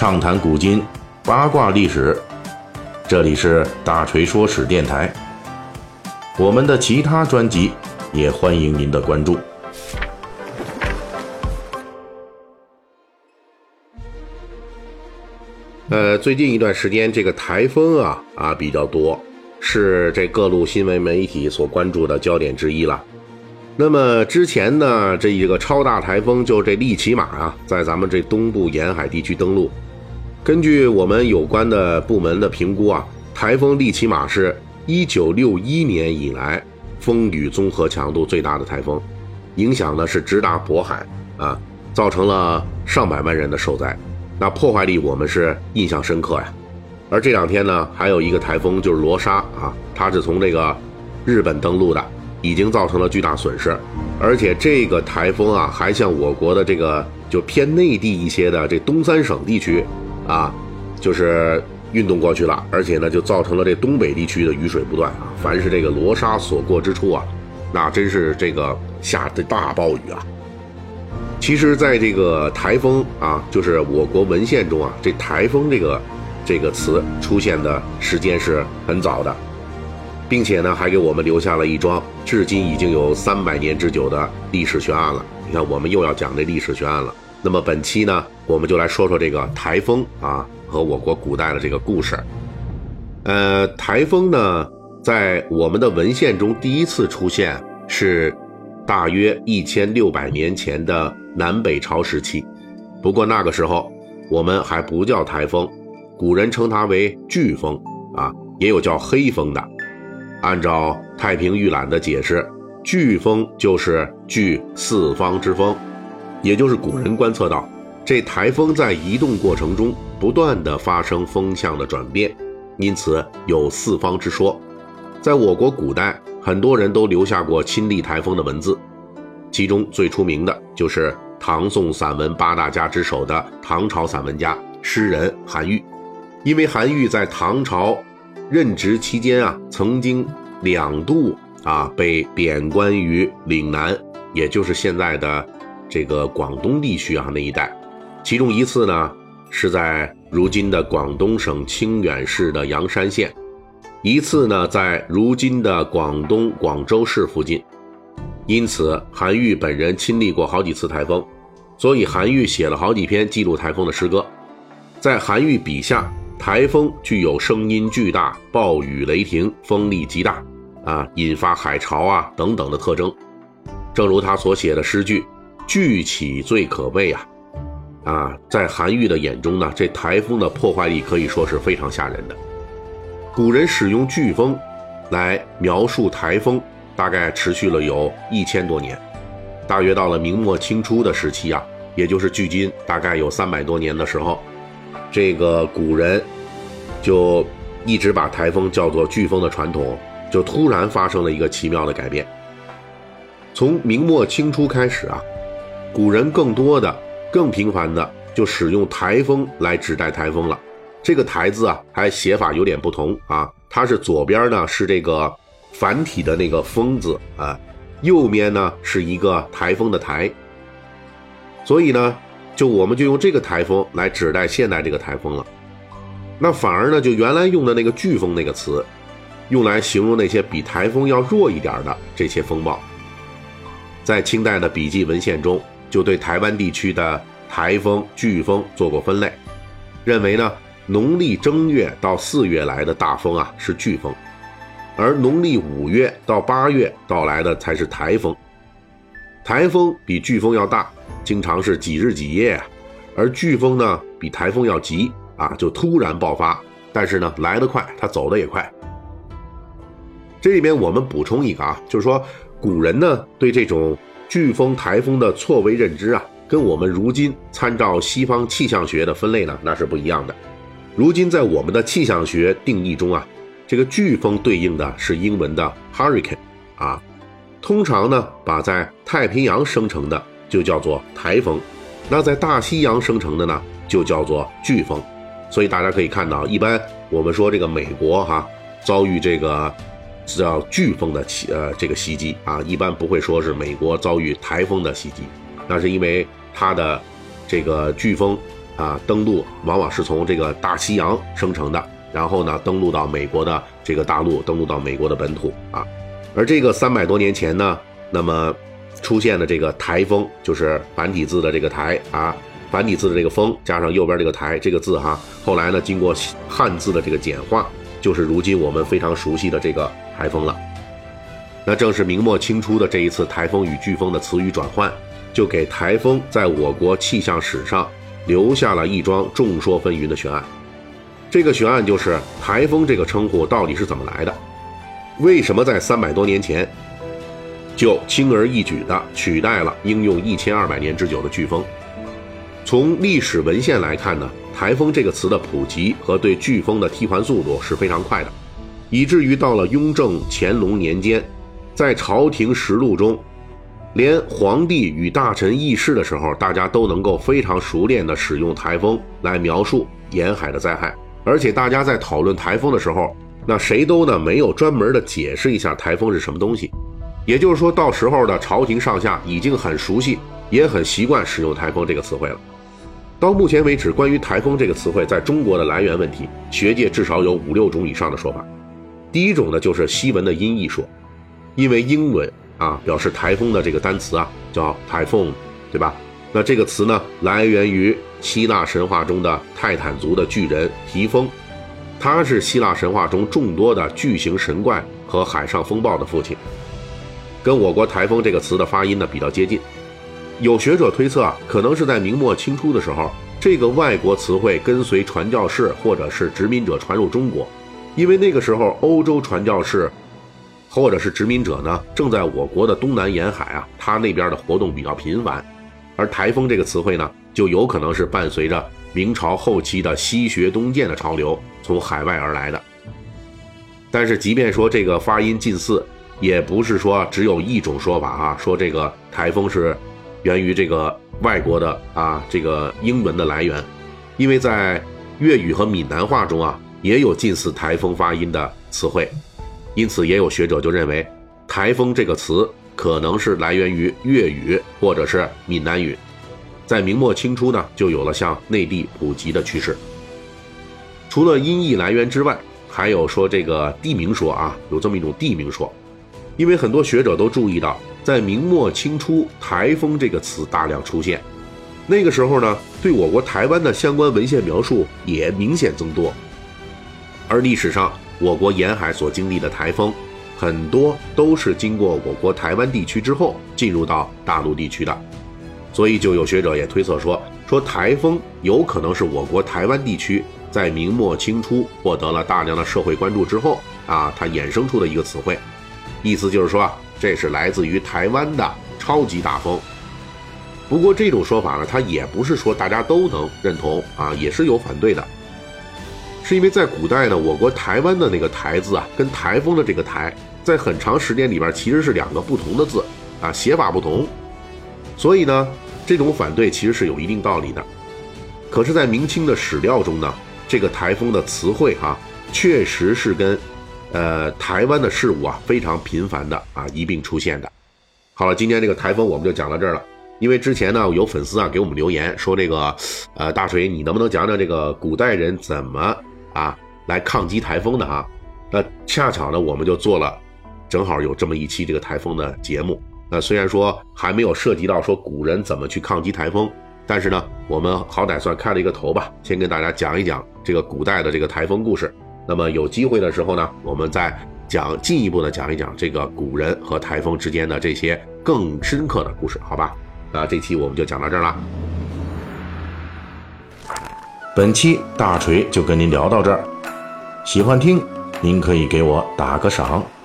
畅谈古今，八卦历史。这里是大锤说史电台。我们的其他专辑也欢迎您的关注。最近一段时间这个台风比较多，是这各路新闻媒体所关注的焦点之一了。那么之前呢，这一个超大台风就这利奇马在咱们这东部沿海地区登陆。根据我们有关的部门的评估台风利奇马是1961年以来风雨综合强度最大的台风，影响呢是直达渤海造成了上百万人的受灾，那破坏力我们是印象深刻呀。而这两天呢，还有一个台风就是罗莎它是从这个日本登陆的，已经造成了巨大损失，而且这个台风还向我国的这个就偏内地一些的这东三省地区就是运动过去了，而且呢就造成了这东北地区的雨水不断凡是这个罗莎所过之处那真是这个下的大暴雨其实在这个台风就是我国文献中这台风这个词出现的时间是很早的，并且呢还给我们留下了一桩至今已经有300年之久的历史悬案了。你看我们又要讲这历史悬案了。那么本期呢，我们就来说说这个台风和我国古代的这个故事。台风呢在我们的文献中第一次出现是大约1600年前的南北朝时期，不过那个时候我们还不叫台风，古人称它为飓风也有叫黑风的。按照太平御览的解释，飓风就是飓四方之风，也就是古人观测到这台风在移动过程中不断的发生风向的转变，因此有四方之说。在我国古代，很多人都留下过亲历台风的文字，其中最出名的就是唐宋散文八大家之首的唐朝散文家诗人韩愈。因为韩愈在唐朝任职期间曾经2度被贬官于岭南，也就是现在的这个广东地区那一带。其中一次呢是在如今的广东省清远市的阳山县，一次呢在如今的广东广州市附近。因此韩愈本人亲历过好几次台风，所以韩愈写了好几篇记录台风的诗歌。在韩愈笔下，台风具有声音巨大、暴雨雷霆、风力极大引发海潮等等的特征。正如他所写的诗句巨起最可畏在韩愈的眼中呢，这台风的破坏力可以说是非常吓人的。古人使用飓风来描述台风大概持续了有1000多年，大约到了明末清初的时期也就是距今大概有300多年的时候，这个古人就一直把台风叫做飓风的传统就突然发生了一个奇妙的改变。从明末清初开始古人更频繁的就使用台风来指代台风了。这个台字还写法有点不同它是左边呢是这个繁体的那个风字右面呢是一个台风的台，所以呢我们就用这个台风来指代现代这个台风了。那反而呢就原来用的那个飓风那个词用来形容那些比台风要弱一点的这些风暴。在清代的笔记文献中就对台湾地区的台风飓风做过分类，认为呢农历正月到4月来的大风是飓风，而农历5月到8月到来的才是台风。台风比飓风要大，经常是几日几夜而飓风呢比台风要急就突然爆发，但是呢来得快，它走得也快。这里面我们补充一个就是说古人呢对这种飓风台风的错位认知跟我们如今参照西方气象学的分类呢那是不一样的。如今在我们的气象学定义中这个飓风对应的是英文的 hurricane 通常呢把在太平洋生成的就叫做台风，那在大西洋生成的呢就叫做飓风。所以大家可以看到，一般我们说这个美国遭遇这个叫飓风的这个袭击一般不会说是美国遭遇台风的袭击，那是因为它的这个飓风登陆往往是从这个大西洋生成的，然后呢登陆到美国的这个大陆，登陆到美国的本土啊。而这个300多年前呢，那么出现的这个台风，就是繁体字的这个台啊，繁体字的这个风加上右边这个台这个字哈，后来呢经过汉字的这个简化，就是如今我们非常熟悉的这个台风了。那正是明末清初的这一次台风与飓风的词语转换，就给台风在我国气象史上留下了一桩众说纷纭的悬案。这个悬案就是台风这个称呼到底是怎么来的？为什么在300多年前就轻而易举地取代了应用1200年之久的飓风？从历史文献来看呢，台风这个词的普及和对飓风的替换速度是非常快的，以至于到了雍正、乾隆年间，在朝廷实录中，连皇帝与大臣议事的时候，大家都能够非常熟练地使用台风来描述沿海的灾害。而且大家在讨论台风的时候，那谁都呢没有专门的解释一下台风是什么东西。也就是说，到时候的朝廷上下已经很熟悉，也很习惯使用台风这个词汇了。到目前为止，关于台风这个词汇在中国的来源问题，学界至少有5、6种以上的说法。第一种呢，就是西文的音译说，因为英文表示台风的这个单词叫 typhoon， 对吧？那这个词呢，来源于希腊神话中的泰坦族的巨人提丰，他是希腊神话中众多的巨型神怪和海上风暴的父亲，跟我国台风这个词的发音呢比较接近。有学者推测可能是在明末清初的时候，这个外国词汇跟随传教士或者是殖民者传入中国，因为那个时候欧洲传教士或者是殖民者呢，正在我国的东南沿海他那边的活动比较频繁，而台风这个词汇呢，就有可能是伴随着明朝后期的西学东渐的潮流从海外而来的。但是即便说这个发音近似，也不是说只有一种说法说这个台风是源于这个外国的这个英文的来源，因为在粤语和闽南话中也有近似台风发音的词汇，因此也有学者就认为台风这个词可能是来源于粤语或者是闽南语，在明末清初呢就有了向内地普及的趋势。除了音译来源之外，还有说这个地名说有这么一种地名说，因为很多学者都注意到，在明末清初台风这个词大量出现，那个时候呢，对我国台湾的相关文献描述也明显增多，而历史上我国沿海所经历的台风很多都是经过我国台湾地区之后进入到大陆地区的，所以就有学者也推测说台风有可能是我国台湾地区在明末清初获得了大量的社会关注之后它衍生出的一个词汇，意思就是说这是来自于台湾的超级大风。不过这种说法呢，它也不是说大家都能认同也是有反对的。是因为在古代呢，我国台湾的那个台字跟台风的这个台在很长时间里边其实是2个不同的字写法不同，所以呢这种反对其实是有一定道理的。可是在明清的史料中呢，这个台风的词汇确实是跟台湾的事物非常频繁的一并出现的。好了，今天这个台风我们就讲到这儿了。因为之前呢有粉丝给我们留言说这个大锤你能不能讲讲这个古代人怎么来抗击台风的那恰巧呢我们就做了正好有这么一期这个台风的节目。那虽然说还没有涉及到说古人怎么去抗击台风，但是呢我们好歹算开了一个头吧，先跟大家讲一讲这个古代的这个台风故事。那么有机会的时候呢，我们再进一步的讲一讲这个古人和台风之间的这些更深刻的故事，好吧？那这期我们就讲到这儿了。本期大锤就跟您聊到这儿，喜欢听您可以给我打个赏。